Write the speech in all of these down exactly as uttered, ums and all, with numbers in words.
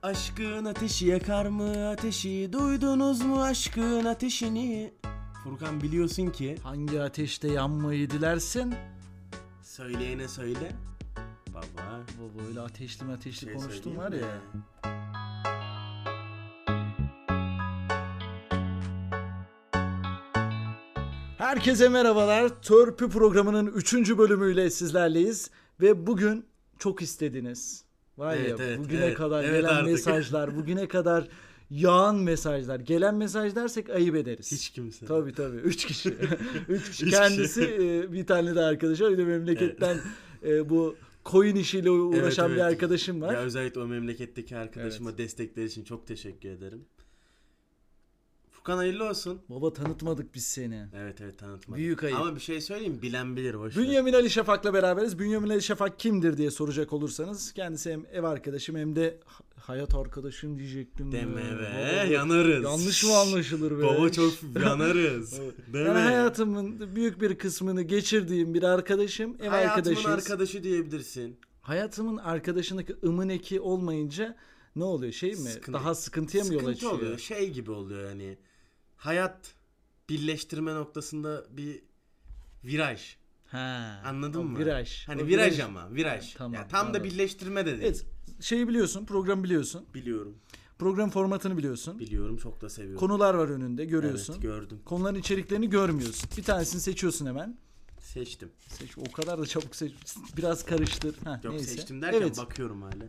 Aşkın ateşi yakar mı ateşi? Duydunuz mu aşkın ateşini? Furkan biliyorsun ki. Hangi ateşte yanmayı dilersin? Söyleyene söyle. Baba. Baba öyle ateşli ateşli Şey konuştun var söyleyeyim ya. mi? Herkese merhabalar. Törpü programının üçüncü bölümüyle sizlerleyiz. Ve bugün çok istediniz. Var Evet, ya evet, bugüne evet. kadar Evet gelen artık. mesajlar, bugüne kadar yağan mesajlar. Gelen mesaj dersek ayıp ederiz. Hiç kimse. Tabii tabii. Üç kişi. Üç kişi. Üç Kendisi e, bir tane de arkadaşı. Öyle memleketten e, bu coin işiyle uğraşan Evet, bir evet. arkadaşım var. Ya özellikle o memleketteki arkadaşıma destekleri için çok teşekkür ederim. Furkan hayırlı olsun. Baba tanıtmadık biz seni. Evet evet tanıtmadım. Büyük ayıp. Ama bir şey söyleyeyim, bilen bilir, boş ver. Bünyamin Ali Şafak'la beraberiz. Bünyamin Ali Şafak kimdir diye soracak olursanız kendisi hem ev arkadaşım hem de hayat arkadaşım diyecektim. Deme ya. be, Baba, yanarız. yanlış mı anlaşılır be? Baba çok yanarız. Deme. Yani hayatımın büyük bir kısmını geçirdiğim bir arkadaşım, ev Hayatımın arkadaşıyız. arkadaşı diyebilirsin. Hayatımın arkadaşındaki ımın eki olmayınca ne oluyor, şey mi? Sıkıntı. Daha sıkıntıya mı yol Sıkıntı açıyor? oluyor. Şey gibi oluyor yani. Hayat birleştirme noktasında bir viraj. Ha, Anladın o mı? Viraj. Hani O viraj, ama viraj. Tamam, Ya tam anladım. da birleştirme de değil. Evet, şeyi biliyorsun, program biliyorsun. Biliyorum. Program formatını biliyorsun. Biliyorum, çok da seviyorum. Konular var önünde, görüyorsun. Evet, gördüm. Konuların içeriklerini görmüyorsun. Bir tanesini seçiyorsun hemen. Seçtim. Seç, o kadar da çabuk seç. Biraz karıştır. Heh, Yok neyse. seçtim derken Evet. bakıyorum hala.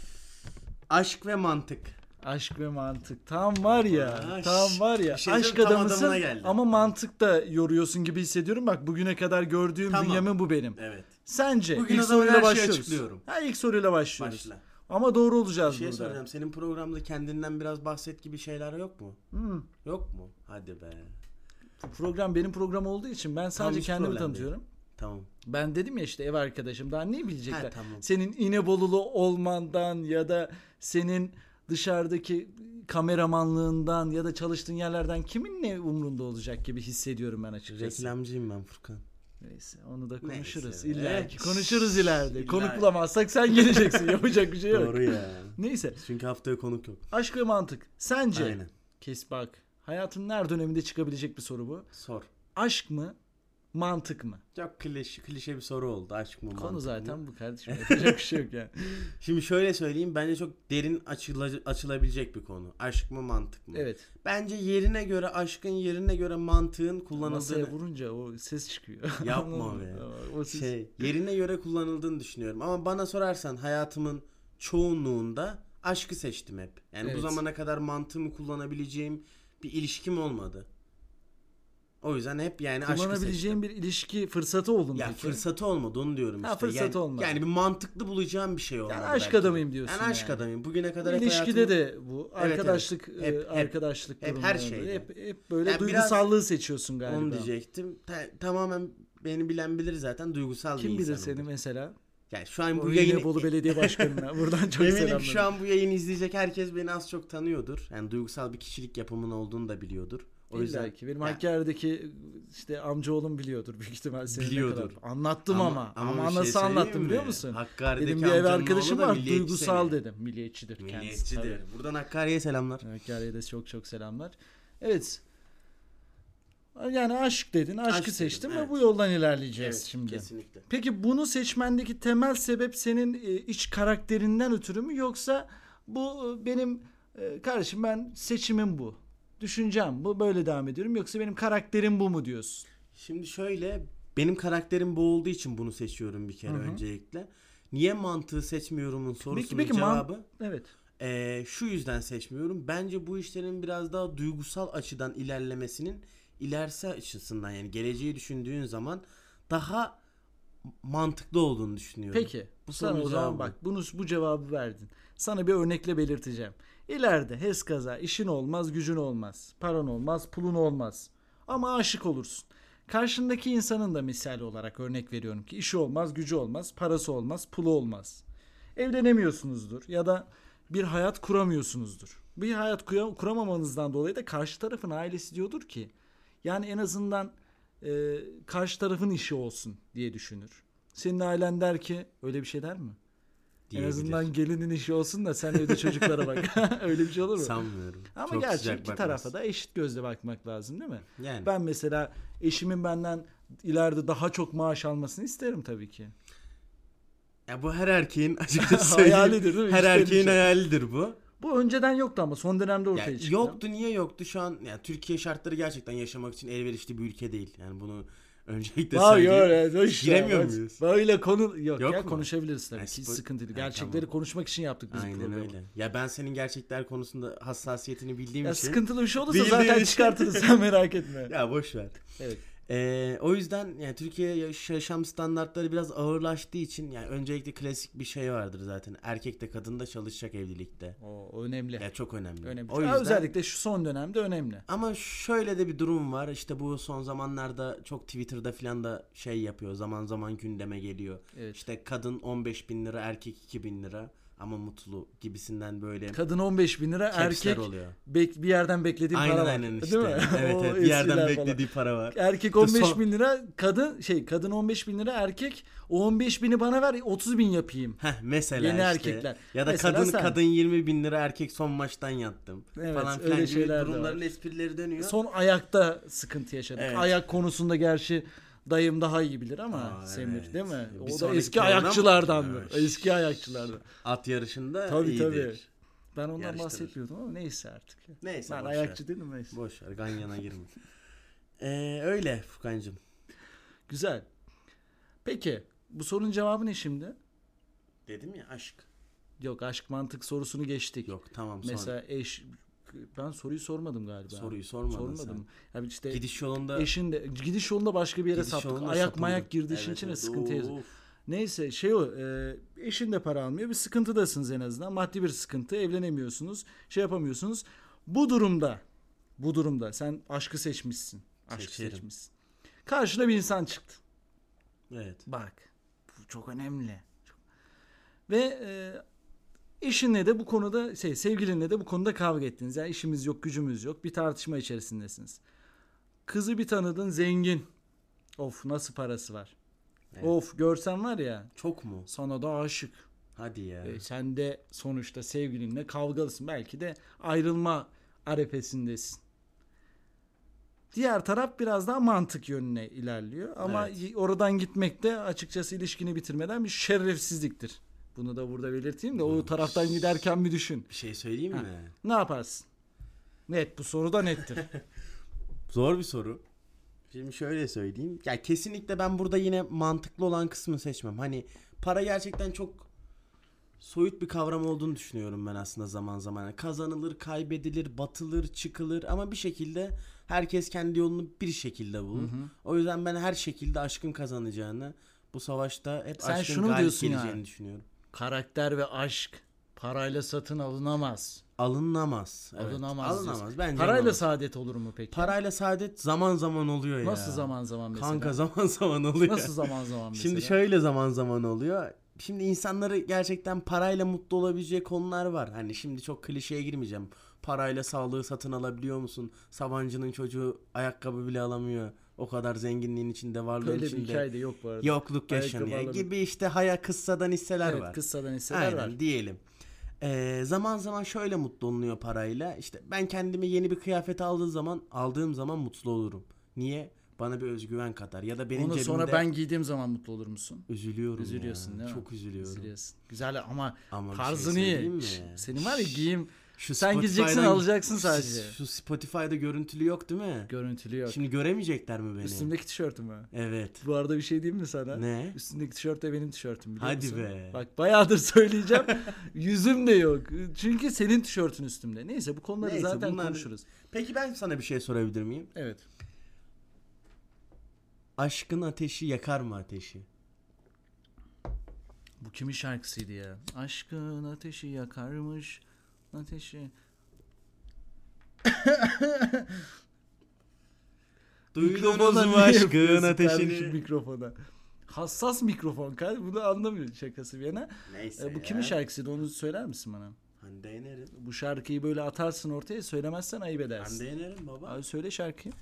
Aşk ve mantık. Aşk ve mantık. Tam var ya. Aa, tam var ya. bir şey Aşk diyeceğim, tam adamısın adamına geldi. ama mantık da yoruyorsun gibi hissediyorum. Bak bugüne kadar gördüğüm Tamam. Bünyamin bu benim. Evet. Sence Bugün ilk o zaman soruyla her şeyi başlıyoruz. açıklıyorum. Ha, ilk soruyla başlıyoruz. Başla. Ama doğru Bir olacağız şey burada. soracağım. Senin programda kendinden biraz bahset gibi şeyler yok mu? Hmm. Yok mu? Hadi be. Bu program benim program olduğu için ben sadece hiç kendimi problem tanıtıyorum. Tamam. Ben dedim ya işte ev arkadaşım, daha ne bilecekler? Ha, tamam. Senin İnebolulu olmandan ya da senin dışarıdaki kameramanlığından ya da çalıştığın yerlerden kimin ne umrunda olacak gibi hissediyorum ben açıkçası. Reklamcıyım ben Furkan. Neyse onu da konuşuruz. Neyse. İlla Evet. ki konuşuruz ileride. İlla- Konuk bulamazsak sen geleceksin. Yapacak bir şey yok. Doğru ya. Neyse. Çünkü haftaya konuk yok. Aşk ve mantık. Sence? Aynen. Kes bak. Hayatın her döneminde çıkabilecek bir soru bu. Sor. Aşk mı? Mantık mı? Çok klişe, klişe bir soru oldu. Aşk mı, mantık Konu mı? zaten bu kardeşim. Yapacak bir şey yok yani. Şimdi şöyle söyleyeyim. Bence çok derin açıla- açılabilecek bir konu. Aşk mı, mantık mı? Evet. Bence yerine göre aşkın, yerine göre mantığın Masaya kullanıldığını... vurunca o ses çıkıyor. Yapma Anladın be. mı? O ses... Şey, yerine göre kullanıldığını düşünüyorum. Ama bana sorarsan hayatımın çoğunluğunda aşkı seçtim hep. Yani Evet. bu zamana kadar mantığımı kullanabileceğim bir ilişkim olmadı. O yüzden hep yani aşkı Kullanabileceğin seçtim. bir ilişki fırsatı oldu mu Ya peki? fırsatı olmadı, onu diyorum Ha, işte. fırsatı yani, olmadı. Yani bir mantıklı bulacağım bir şey olmadı. Yani aşk belki. adamıyım diyorsun Yani aşk yani. adamıyım. Bugüne Bu kadar hep ilişkide hayatımın... de bu Evet, arkadaşlık evet. Hep- e, hep- arkadaşlık hep her durumlarında şeyde. hep hep böyle Yani duygusallığı seçiyorsun galiba. Onu diyecektim. Ta- tamamen beni bilen bilir zaten, duygusal bir Kim bilir insanımdır. seni mesela? Yani şu an bu O yayını... İnebolu Belediye Başkanı'na buradan çok Eminim selamlar. şu an bu yayını izleyecek herkes beni az çok tanıyordur. Yani duygusal bir kişilik yapımın olduğunu da biliyordur. O İlla yüzden ki benim Ya, Hakkari'deki işte amcaoğlum biliyordur büyük ihtimal seni ne Biliyordur. kadar. Anlattım ama. Ama, bir şey nasıl söyleyeyim anlattım mi? biliyor musun? Hakkari'deki Dedim bir ev amcanın arkadaşım oğlu da var, milliyetçi duygusal seni. dedim. Milliyetçidir kendisi. Milliyetçidir. tabii. Buradan Hakkari'ye selamlar. Hakkari'ye de çok çok selamlar. Evet. Yani aşk dedin, aşkı Aşk dedim, seçtin ve evet. bu yoldan ilerleyeceğiz Evet, şimdi. kesinlikle. Peki bunu seçmendeki temel sebep senin e, iç karakterinden ötürü mü, yoksa bu e, benim e, kardeşim ben seçimim bu. Düşüncem bu, böyle devam ediyorum, yoksa benim karakterim bu mu diyorsun? Şimdi şöyle, benim karakterim bu olduğu için bunu seçiyorum bir kere. Hı-hı. Öncelikle. Niye mantığı seçmiyorumun sorusunun peki, cevabı man- evet. e, şu yüzden seçmiyorum. Bence bu işlerin biraz daha duygusal açıdan ilerlemesinin ilerisi açısından, yani geleceği düşündüğün zaman daha mantıklı olduğunu düşünüyorum. Peki. Bu Sana sorunun o zaman cevabı. bak bunu bu cevabı verdin. Sana bir örnekle belirteceğim. İleride hes kaza işin olmaz, gücün olmaz, paran olmaz, pulun olmaz. Ama aşık olursun. Karşındaki insanın da misali olarak örnek veriyorum ki işi olmaz, gücü olmaz, parası olmaz, pulu olmaz. Evlenemiyorsunuzdur ya da bir hayat kuramıyorsunuzdur. Bir hayat kuramamanızdan dolayı da karşı tarafın ailesi diyordur ki yani en azından e, karşı tarafın işi olsun diye düşünür. Senin ailen der ki öyle bir şey der mi? En diyebilir. azından gelinin işi olsun da sen evde çocuklara bak. Öyle bir şey olur mu? Sanmıyorum. Ama Çok gerçi sıcak iki bakmaz. tarafa da eşit gözle bakmak lazım değil mi? Yani. Ben mesela eşimin benden ileride daha çok maaş almasını isterim tabii ki. Ya bu her erkeğin açıkçası söyleyeyim. Hayalidir değil mi? Her İçten erkeğin içe. hayalidir bu. Bu önceden yoktu ama son dönemde Ya ortaya çıktı. yoktu, niye yoktu? Şu an ya Türkiye şartları gerçekten yaşamak için elverişli bir ülke değil. Yani bunu öncelikle Vay söyleyeyim. öyle, işte, Giremiyor bak, muyuz? Böyle konu yok, Yok ya mu? konuşabiliriz tabii Yani ki. Hiç spo- sıkıntı değil. Ha, Gerçekleri tamam. konuşmak için yaptık biz bu Aynen programı. öyle. Ya ben senin gerçekler konusunda hassasiyetini bildiğim Ya için. sıkıntılı bir şey olursa Bildiğim zaten için- çıkartırız sen merak etme. Ya boş ver. Evet. Ee, o yüzden yani Türkiye yaş- yaşam standartları biraz ağırlaştığı için yani öncelikle klasik bir şey vardır zaten. Erkek de kadın da çalışacak evlilikte. O önemli. Ya çok önemli. Önemli. O Ha, yüzden özellikle şu son dönemde önemli. ama şöyle de bir durum var. İşte bu son zamanlarda çok Twitter'da falan da şey yapıyor. Zaman zaman gündeme geliyor. Evet. İşte kadın on beş bin lira, erkek iki bin lira ama mutlu gibisinden böyle Kadın on beş bin lira, caps'ler erkek oluyor. bek- bir yerden beklediğim Aynen para var. aynen işte. Değil mi? Evet O evet bir yerden eskiler beklediği para var. falan. Erkek İşte on beş son- bin lira, kadın şey kadın on beş bin lira, erkek o on beş bini bana ver otuz bin yapayım. Heh, mesela Yeni işte. erkekler. Ya da Mesela kadın sen. kadın yirmi bin lira, erkek son maçtan yattım Evet, falan öyle filan gibi şeyler de durumların var. esprileri dönüyor. Son ayakta sıkıntı yaşadık. Evet. Ayak konusunda gerçi dayım daha iyi bilir ama Aa, Semir evet. değil mi? Bir O da sonraki eski programa mı? ayakçılardandır. Evet. Eski ayakçılardan. At yarışında Tabii, iyidir. tabii. Ben ondan Yarıştırır. bahsetmiyordum ama neyse artık. Neyse Ben boş ayakçı ver. değilim neyse. Boş ver, ganyana girme. Ee, öyle Furkancığım. Güzel. Peki bu sorunun cevabı ne şimdi? Dedim ya aşk. Yok, aşk mantık sorusunu geçtik. Yok tamam sonra. Mesela eş ben soruyu sormadım galiba. Soruyu sormadın Sormadım. Yani işte Gidiş yolunda eşin de gidiş yolunda başka bir yere gidiş saptık. yolunda Ayak sapıldı. mayak girdi işin Evet, içine evet. sıkıntı yaşadık. Of. Neyse şey o e, eşin de para almıyor, bir sıkıntıdasınız en azından, maddi bir sıkıntı, evlenemiyorsunuz, şey yapamıyorsunuz. Bu durumda bu durumda sen aşkı seçmişsin, aşkı Seçerim. seçmişsin, karşına bir insan çıktı, Evet. bak bu çok önemli. Çok- ve e, eşinle de bu konuda şey sevgilinle de bu konuda kavga ettiniz, yani işimiz yok gücümüz yok, bir tartışma içerisindesiniz. Kızı bir tanıdın, zengin, of nasıl parası var. Evet. Of görsen var ya, Çok mu? sana da aşık. Hadi ya. E, sen de sonuçta sevgilinle kavgalısın. Belki de ayrılma arefesindesin. Diğer taraf biraz daha mantık yönüne ilerliyor. Ama Evet. y- oradan gitmek de açıkçası ilişkini bitirmeden bir şerefsizliktir. Bunu da burada belirteyim de o taraftan giderken bir düşün. Bir şey söyleyeyim Ha. mi? Ne yaparsın? Net, bu soru da nettir. Zor bir soru. Şimdi şöyle söyleyeyim. Ya kesinlikle ben burada yine mantıklı olan kısmı seçmem. Hani para gerçekten çok soyut bir kavram olduğunu düşünüyorum ben aslında zaman zaman. Yani kazanılır, kaybedilir, batılır, çıkılır ama bir şekilde herkes kendi yolunu bir şekilde bulur. O yüzden ben her şekilde aşkın kazanacağını, bu savaşta hep Sen aşkın şunu galip diyorsun geleceğini yani. düşünüyorum. Karakter ve aşk parayla satın alınamaz. Alınamaz. Evet. Alınamaz. Alınamaz. diyorsun. Bence Parayla alınamaz. saadet olur mu peki? Parayla saadet zaman zaman oluyor ya. Nasıl zaman zaman mesela? Kanka zaman zaman oluyor. Nasıl zaman zaman mesela? Şimdi şöyle zaman zaman oluyor. Şimdi insanları gerçekten parayla mutlu olabileceği konular var. Hani şimdi çok klişeye girmeyeceğim. Parayla sağlığı satın alabiliyor musun? Sabancı'nın çocuğu ayakkabı bile alamıyor. O kadar zenginliğin içinde, varlığın Böyle bir içinde. hikaye de yok bu arada. Yokluk Ayakkabı yaşanıyor alamıyor. gibi işte haya kıssadan hisseler Evet, var. kıssadan hisseler Aynen var. diyelim. Ee, zaman zaman şöyle mutlu olunuyor parayla. İşte ben kendime yeni bir kıyafet aldığı zaman aldığım zaman mutlu olurum. Niye? Bana bir özgüven katar. Ya da benim Onu cebimde sonra ben giydiğim zaman mutlu olur musun? üzülüyorum Üzülüyorsun ya. değil mi? Çok üzülüyorum. Üzülüyorsun. Güzel ama, Ama bir şey tarzın söyleyeyim iyi. mi? Şş, senin var ya giyim Şu sen gideceksin, Spotify'dan- alacaksın sadece. Şu Spotify'da görüntülü yok değil mi? Görüntülü yok. Şimdi göremeyecekler mi beni? Üstümdeki tişörtüm mü? Evet. Bu arada bir şey diyeyim mi sana? Ne? Üstündeki tişört de benim tişörtüm biliyor Hadi musun? be. Bak bayağıdır söyleyeceğim. Yüzüm de yok. Çünkü senin tişörtün üstümde. Neyse bu konuları Neyse, zaten bunlar- konuşuruz. Peki ben sana bir şey sorabilir miyim? Evet. Aşkın ateşi yakar mı ateşi? Bu kimin şarkısıydı ya? Aşkın ateşi yakarmış. Ateşi. Duydunuz Mikrofona mu niye aşkın yapıyorsun kardeşim ateşini? mikrofona? Hassas mikrofon kardeşim. Bunu anlamıyorum, şakası bir yana. Neyse E, bu ya. kimin şarkısıydı, onu söyler misin bana? Hande Yener'in. Bu şarkıyı böyle atarsın ortaya, söylemezsen ayıp edersin. Hande Yener'in baba. Abi söyle şarkıyı.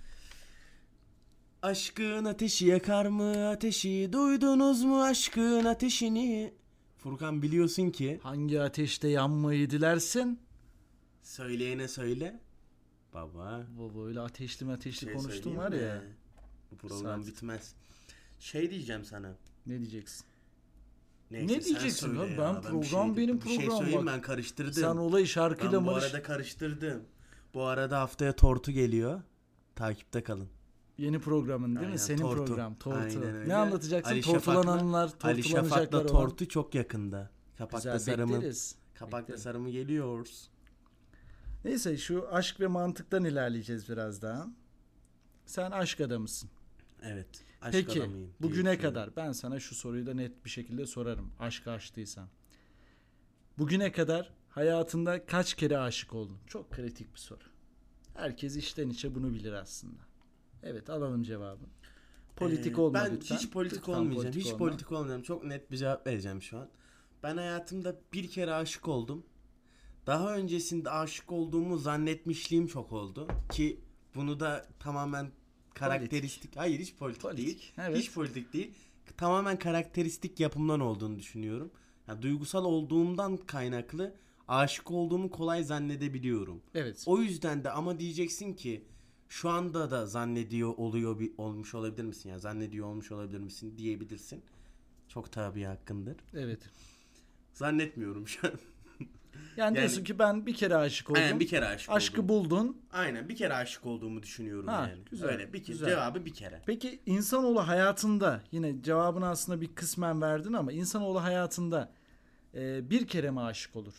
Aşkın ateşi yakar mı ateşi? Duydunuz mu aşkın ateşini? Furkan biliyorsun ki Hangi ateşte yanmayı dilersin? söyleyene söyle. Baba. Baba öyle ateşli ateşli Şey konuştun söyleyeyim var mi? ya. Bu program Saat. bitmez. Şey diyeceğim sana. Ne diyeceksin? Neyse, Ne sen diyeceksin söyle abi? ya. Ben bir program şey- benim Bir şey program söyleyeyim, bak. ben karıştırdım. Sen olayı şarkıyla Ben bu marış... arada karıştırdım. Bu arada haftaya tortu geliyor. Takipte kalın. Yeni programın değil Aynen, mi? Senin tortu. program. Tortu. Aynen öyle. Ne anlatacaksın? Ali Tortulan Şafak'la- anılar, Ali tortulanacaklar Şafak'la olan. tortu çok yakında. Kapakta Güzel, sarımı. bekleriz. Kapakta Bekleriz. sarımı geliyoruz. Neyse şu aşk ve mantıktan ilerleyeceğiz biraz daha. Sen aşk adamısın. Evet. Aşk Peki adamıyım diye bugüne düşünüyorum. kadar ben sana şu soruyu da net bir şekilde sorarım. Aşk açtıysan. Bugüne kadar hayatında kaç kere aşık oldun? Çok kritik bir soru. Herkes içten içe bunu bilir aslında. Evet, alalım cevabı. Politik Ee, olma ben lütfen. hiç politik Lütfen olmayacağım. politik hiç olma. politik olmayacağım. Çok net bir cevap vereceğim şu an. Ben hayatımda bir kere aşık oldum. Daha öncesinde aşık olduğumu zannetmişliğim çok oldu. Ki bunu da tamamen karakteristik. Hayır, hiç politik, Politik, değil. evet. Hiç politik değil. Tamamen karakteristik yapımdan olduğunu düşünüyorum. Yani duygusal olduğumdan kaynaklı aşık olduğumu kolay zannedebiliyorum. Evet. O yüzden de ama diyeceksin ki şu anda da zannediyor oluyor bir olmuş olabilir misin? Yani zannediyor olmuş olabilir misin diyebilirsin. Çok tabii hakkındır. Evet. Zannetmiyorum şu an. Yani, diyorsun ki ben bir kere aşık oldum. Aynen, bir kere aşık Aşkı oldum. buldun. Aynen, bir kere aşık olduğumu düşünüyorum Ha, yani. güzel, Öyle bir kere. güzel. Cevabı bir kere. Peki insanoğlu hayatında, yine cevabını aslında bir kısmen verdin ama insanoğlu hayatında e, bir kere mi aşık olur?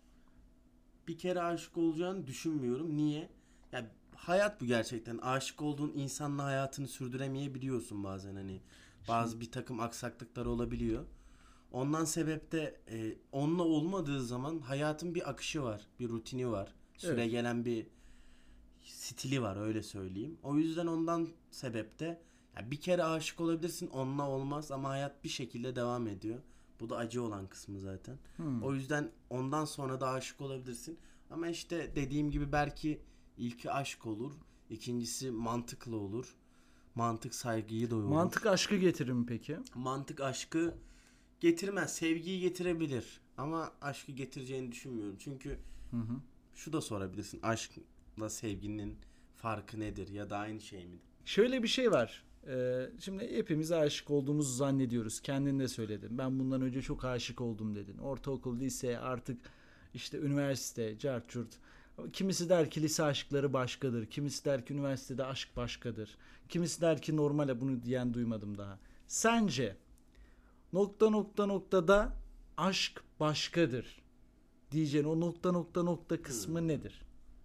Bir kere aşık olacağını düşünmüyorum. Niye? Ya hayat bu gerçekten. Aşık olduğun insanla hayatını sürdüremeyebiliyorsun bazen, hani. Bazı bir takım aksaklıklar olabiliyor. Ondan sebep de e, onunla olmadığı zaman hayatın bir akışı var, bir rutini var. Süre Evet. gelen bir stili var, öyle söyleyeyim. O yüzden ondan sebep de ya bir kere aşık olabilirsin, onunla olmaz ama hayat bir şekilde devam ediyor. Bu da acı olan kısmı zaten. Hmm. O yüzden ondan sonra da aşık olabilirsin. Ama işte dediğim gibi belki ilki aşk olur, ikincisi mantıklı olur. Mantık saygıyı doyurur. Mantık aşkı getirir mi peki? Mantık aşkı getirmez. Sevgiyi getirebilir. Ama aşkı getireceğini düşünmüyorum. Çünkü Hı hı. şu da sorabilirsin. Aşkla sevginin farkı nedir? Ya da aynı şey midir? Şöyle bir şey var. Ee, şimdi hepimiz aşık olduğumuzu zannediyoruz. Kendin de söyledin. Ben bundan önce çok aşık oldum dedin. Ortaokul, lise, artık işte üniversite, cart curt. Kimisi der ki lise aşkları başkadır. Kimisi der ki üniversitede aşk başkadır. Kimisi der ki normale, bunu diyen duymadım daha. Sence nokta nokta noktada aşk başkadır diyeceğin o nokta nokta nokta kısmı nedir?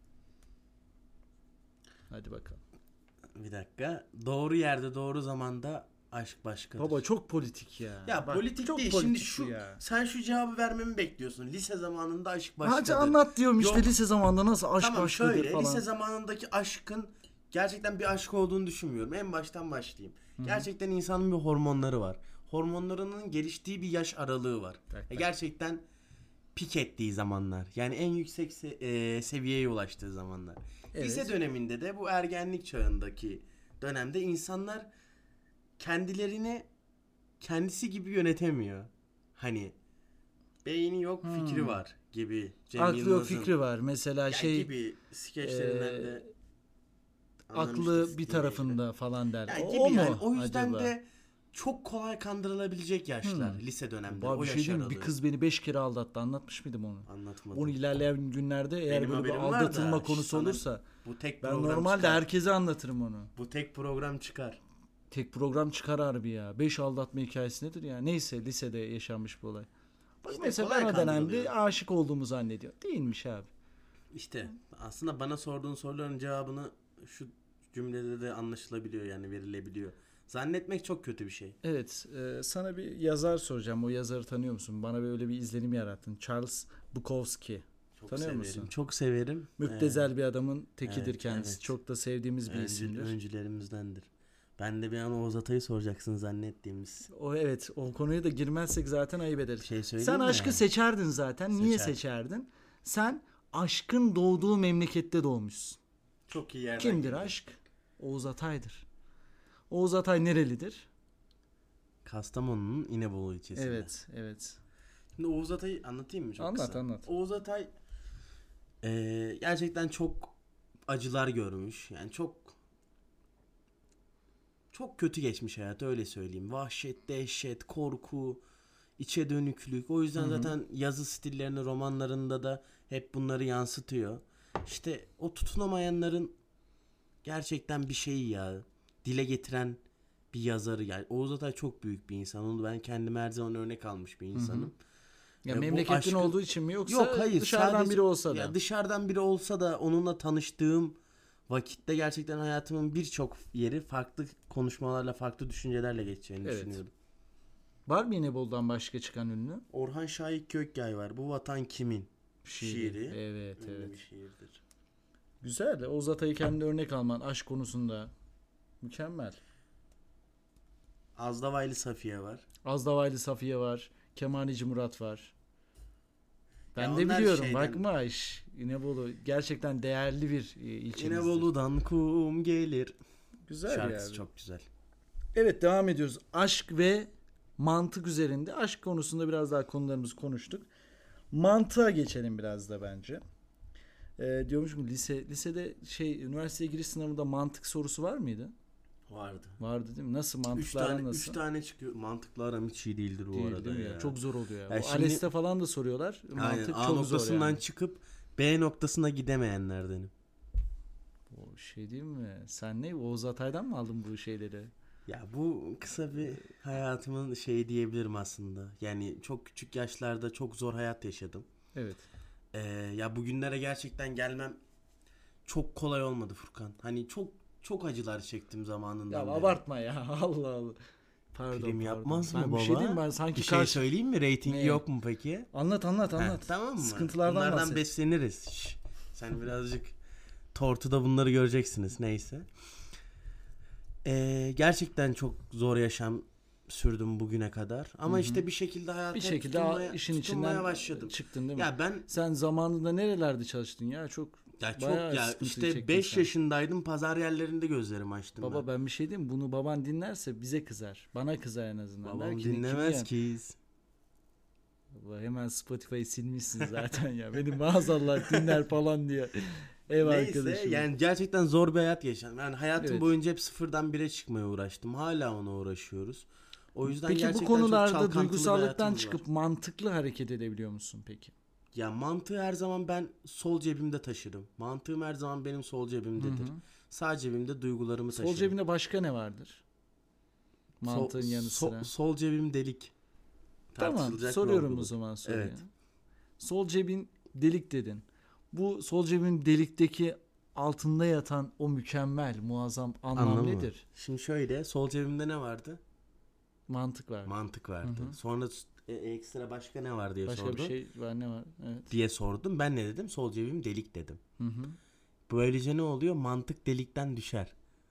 Hadi bakalım. Bir dakika. Doğru yerde doğru zamanda aşk başkadır. Baba çok politik ya. Ya Bak, politik çok değil. politik Şimdi şu ya. sen şu cevabı vermemi bekliyorsun. Lise zamanında aşk başkadır. Hadi anlat diyorum işte, Yok. lise zamanında nasıl aşk Tamam, başkadır şöyle, falan. lise zamanındaki aşkın gerçekten bir aşk olduğunu düşünmüyorum. En baştan başlayayım. Hı-hı. Gerçekten insanın bir hormonları var. Hormonlarının geliştiği bir yaş aralığı var. Tak, tak. Gerçekten pik ettiği zamanlar. Yani en yüksek se- e, seviyeye ulaştığı zamanlar. Evet. Lise döneminde de bu ergenlik çağındaki dönemde insanlar kendilerini kendisi gibi yönetemiyor. Hani beyni yok, Hmm. fikri var gibi. Cem Aklı yok, Yılmaz'ın fikri var. Mesela ya şey gibi skeçlerinden e, de aklı anlamıştık bir dinleyiciler. tarafında falan der. Ya o, gibi o mu yani. O yüzden acaba? de çok kolay kandırılabilecek yaşlar Hmm. lise dönemleri. Baba O bir şey yaş diyeyim mi? aralığı. Bir kız beni beş kere aldattı. Anlatmış mıydım onu? Anlatmadım. Onu ilerleyen günlerde eğer Benim böyle bir haberim var aldatılma da, konusu sana olursa Bu tek ben program normalde çıkar. herkese anlatırım onu. Bu tek program çıkar. Tek program çıkar harbi ya. Beş aldatma hikayesi nedir ya? Neyse, lisede yaşanmış bir olay. Bak İşte mesela kolay ben o dönemde kandırılıyor. aşık olduğumu zannediyor. Değilmiş abi. İşte aslında bana sorduğun soruların cevabını şu cümlede de anlaşılabiliyor, yani verilebiliyor. Zannetmek çok kötü bir şey. Evet, e, sana bir yazar soracağım. O yazarı tanıyor musun? Bana böyle bir izlenim yarattın. Charles Bukowski. Çok Tanıyor severim. musun? Çok severim. Müptezel bir adamın tekidir evet, kendisi. evet. Çok da sevdiğimiz bir Öncü- isimdir. öncülerimizdendir. Ben de bir an Oğuz Atay'ı soracaksın zannettiğimiz O evet, o konuya da girmezsek zaten ayıp ederiz. şey söyleyeyim Sen mi? aşkı seçerdin zaten. Niye Seçerdim. seçerdin? Sen aşkın doğduğu memlekette doğmuşsun. Çok iyi yerden Kimdir girdin. aşk? Oğuz Atay'dır. Oğuz Atay nerelidir? Kastamonu'nun İnebolu ilçesinde. Evet, evet. Şimdi Oğuz Atay'ı anlatayım mı çok Anlat, kısa? anlat. Oğuz Atay eee, gerçekten çok acılar görmüş. Yani çok çok kötü geçmiş hayatı, öyle söyleyeyim. Vahşet, dehşet, korku, içe dönüklük. O yüzden Hı hı. zaten yazı stillerini, romanlarında da hep bunları yansıtıyor. İşte o tutunamayanların gerçekten bir şeyi ya. Dile getiren bir yazarı. Yani Oğuz Atay çok büyük bir insan. Onu ben kendime her zaman örnek almış bir insanım. Ya E, bu memleketin aşkı- olduğu için mi yoksa Yok, hayır, dışarıdan sadece- biri olsa da? Ya dışarıdan biri olsa da onunla tanıştığım vakitte gerçekten hayatımın birçok yeri farklı konuşmalarla, farklı düşüncelerle geçeceğini Evet. düşünüyordum. Var mı İnebolu'dan başka çıkan ünlü? Orhan Şahik Gökyay var. Bu Vatan Kimin? Şiiri. Evet, Ünlü evet. bir şiirdir. Güzel. Oğuz Atay'ı kendine örnek alman aşk konusunda mükemmel. Azdavaylı Safiye var. Azdavaylı Safiye var. Kemanici Murat var. Ben Ya de onlar biliyorum. şeyden- Bakma iş. İnebolu gerçekten değerli bir e, ilçemizdir. İnebolu'dan kum gelir. Güzel Şarkısı yani. çok güzel. Evet, devam ediyoruz. Aşk ve mantık üzerinde. Aşk konusunda biraz daha konularımızı konuştuk. Mantığa geçelim biraz da bence. Ee, diyormuşum lise lisede şey üniversiteye giriş sınavında mantık sorusu var mıydı? Vardı. Vardı değil mi? Nasıl Üç mantıklar tane, nasıl? üç tane çıkıyor. Mantıklı aram hiç iyi değildir bu Değil, arada değil mi ya. ya? Çok zor oluyor. Ya Bu şimdi- ALES'te falan da soruyorlar. Aynen, Mantık A çok zor noktasından yani. çıkıp B noktasına gidemeyenlerdenim. O şey değil mi? Sen ne? Oğuz Atay'dan mı aldın bu şeyleri? Ya bu kısa bir hayatımın şeyi diyebilirim aslında. Yani çok küçük yaşlarda çok zor hayat yaşadım. Evet. Ee, ya bugünlere gerçekten gelmem çok kolay olmadı Furkan. Hani çok çok acılar çektim zamanından Ya beri. abartma ya. Allah Allah. Pardon. Prim pardon. yapmaz mı ben baba? Bir şey diyeyim mi? Ben sanki Bir şey karşı... söyleyeyim mi? Reytingi Ne? yok mu peki? Anlat anlat Ha, anlat. tamam mı? Sıkıntılardan Bunlardan bahset. besleniriz. Şş, sen birazcık tortuda bunları göreceksiniz. Neyse. Ee, gerçekten çok zor yaşam sürdüm bugüne kadar. Ama Hı hı. işte bir şekilde hayata Bir şekilde tutunmaya, işin tutunmaya içinden başladım. çıktın değil mi? Ya ben Sen zamanında nerelerde çalıştın ya? Çok ya çok bayağı ya sıkıntı işte çektin beş sen. yaşındaydım, pazar yerlerinde gözlerimi açtım Baba ben. ben bir şey diyeyim mi? Bunu baban dinlerse bize kızar. Bana kızar en azından. Der Babam ki, "Ne- dinlemez kim ki. Baba, hemen Spotify'ı silmişsin zaten ya. Benim maazallah dinler falan diye. Ev Neyse arkadaşım. yani gerçekten zor bir hayat yaşadım. Yani hayatım Evet. boyunca hep sıfırdan bire çıkmaya uğraştım. Hala ona uğraşıyoruz. O yüzden Peki bu gerçekten çok konularda çalkantılı bir duygusallıktan hayatımız çıkıp var. mantıklı hareket edebiliyor musun peki? Ya mantığı her zaman ben sol cebimde taşırım. Mantığım her zaman benim sol cebimdedir. Hı hı. Sağ cebimde duygularımı Sol taşırım. cebinde başka ne vardır? Mantığın Sol- yanı sol- sıra. sol cebim delik. Tamam, Tartışılacak bir soruyorum olgu o bu. zaman soruyu. Evet. Sol cebin delik dedin. Bu sol cebin delikteki altında yatan o mükemmel, muazzam anlam Anlamı mı? nedir? Şimdi şöyle, sol cebimde ne vardı? Mantık var. Mantık vardı. Hı hı. Sonra e, ekstra başka ne var diye Başka sordun. bir şey var, ne var? Evet. Diye sordum. Ben ne dedim? Sol cebim delik dedim. Hı hı. Böylece ne oluyor? Mantık delikten düşer.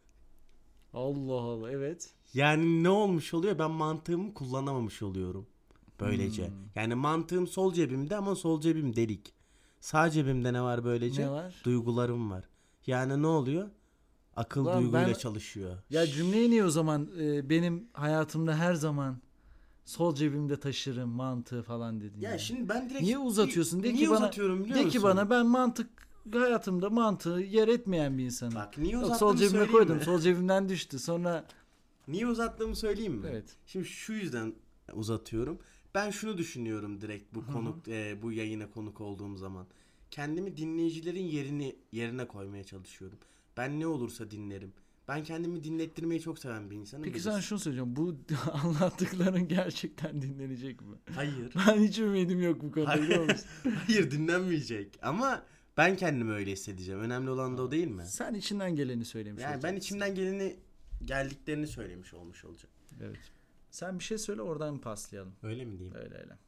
Allah Allah, evet. Yani ne olmuş oluyor? Ben mantığımı kullanamamış oluyorum. Böylece. Hmm. Yani mantığım sol cebimde ama sol cebim delik. Sağ cebimde ne var böylece? Ne var? Duygularım var. Yani ne oluyor? Akıl Ulan duyguyla ben- çalışıyor. Ya cümleyi niye o zaman e, benim hayatımda her zaman sol cebimde taşırım mantığı falan dedin Ya ya. şimdi ben direkt... Niye uzatıyorsun? De Niye ki bana, uzatıyorum biliyor de musun? ki bana ben mantık hayatımda mantığı yer etmeyen bir insanım. Bak niye Yok, uzattığımı sol cebime söyleyeyim koydum. mi? Sol cebimden düştü. Sonra Niye uzattığımı söyleyeyim mi? evet. Şimdi şu yüzden uzatıyorum. Ben şunu düşünüyorum direkt bu Hı hı. konuk e, bu yayına konuk olduğum zaman. Kendimi dinleyicilerin yerini yerine koymaya çalışıyorum. Ben ne olursa dinlerim. Ben kendimi dinlettirmeyi çok seven bir insanım. Peki bilirsin. sen şunu söyleyeceğim. Bu anlattıkların gerçekten dinlenecek mi? Hayır. Ben hiç ümidim yok bu konuda, biliyor musun? Hayır, dinlenmeyecek. Ama ben kendimi öyle hissedeceğim. Önemli olan da o değil mi? Sen içinden geleni söylemiş Yani ben olacaksın. içimden geleni geldiklerini söylemiş olmuş olacağım. Evet. Sen bir şey söyle, oradan paslayalım. Öyle mi diyeyim? Öyle öyle.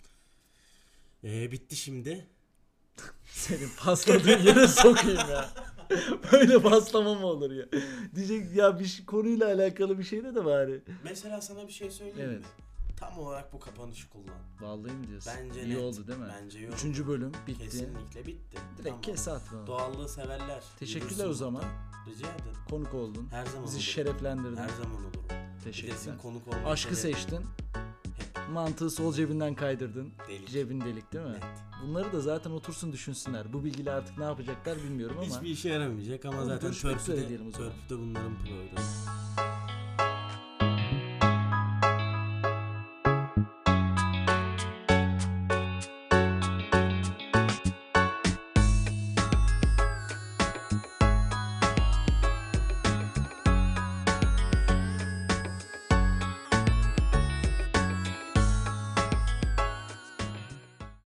Ee, bitti şimdi. Senin pasladığın yere sokayım ya. Böyle paslama mı olur ya? Diyecek ya bir şey, konuyla alakalı bir şey de de bari. Mesela sana bir şey söyleyeyim Evet. mi? Tam olarak bu kapanışı kullan. Vallahi mi diyorsun? Bence İyi net. oldu değil mi? Bence iyi oldu. Üçüncü bölüm bitti. Kesinlikle bitti. Direkt Tamam. kes at bunu. Doğallığı severler. Teşekkürler Bilirsin o zaman. bunu. Rica ederim. Konuk oldun. Her zaman Bizi olurum. şereflendirdin. Her zaman olurum. Teşekkürler. Bilirsin konuk olmayı Aşkı severim. seçtin. Hep. Mantığı sol cebinden kaydırdın. Delik. Cebin delik değil mi? Net. Bunları da zaten otursun düşünsünler. Bu bilgiyle artık ne yapacaklar bilmiyorum ama. Hiçbir işe yaramayacak ama Onu zaten görüşmek üzere törpüde, diyelim o zaman. törpüde bunların programı.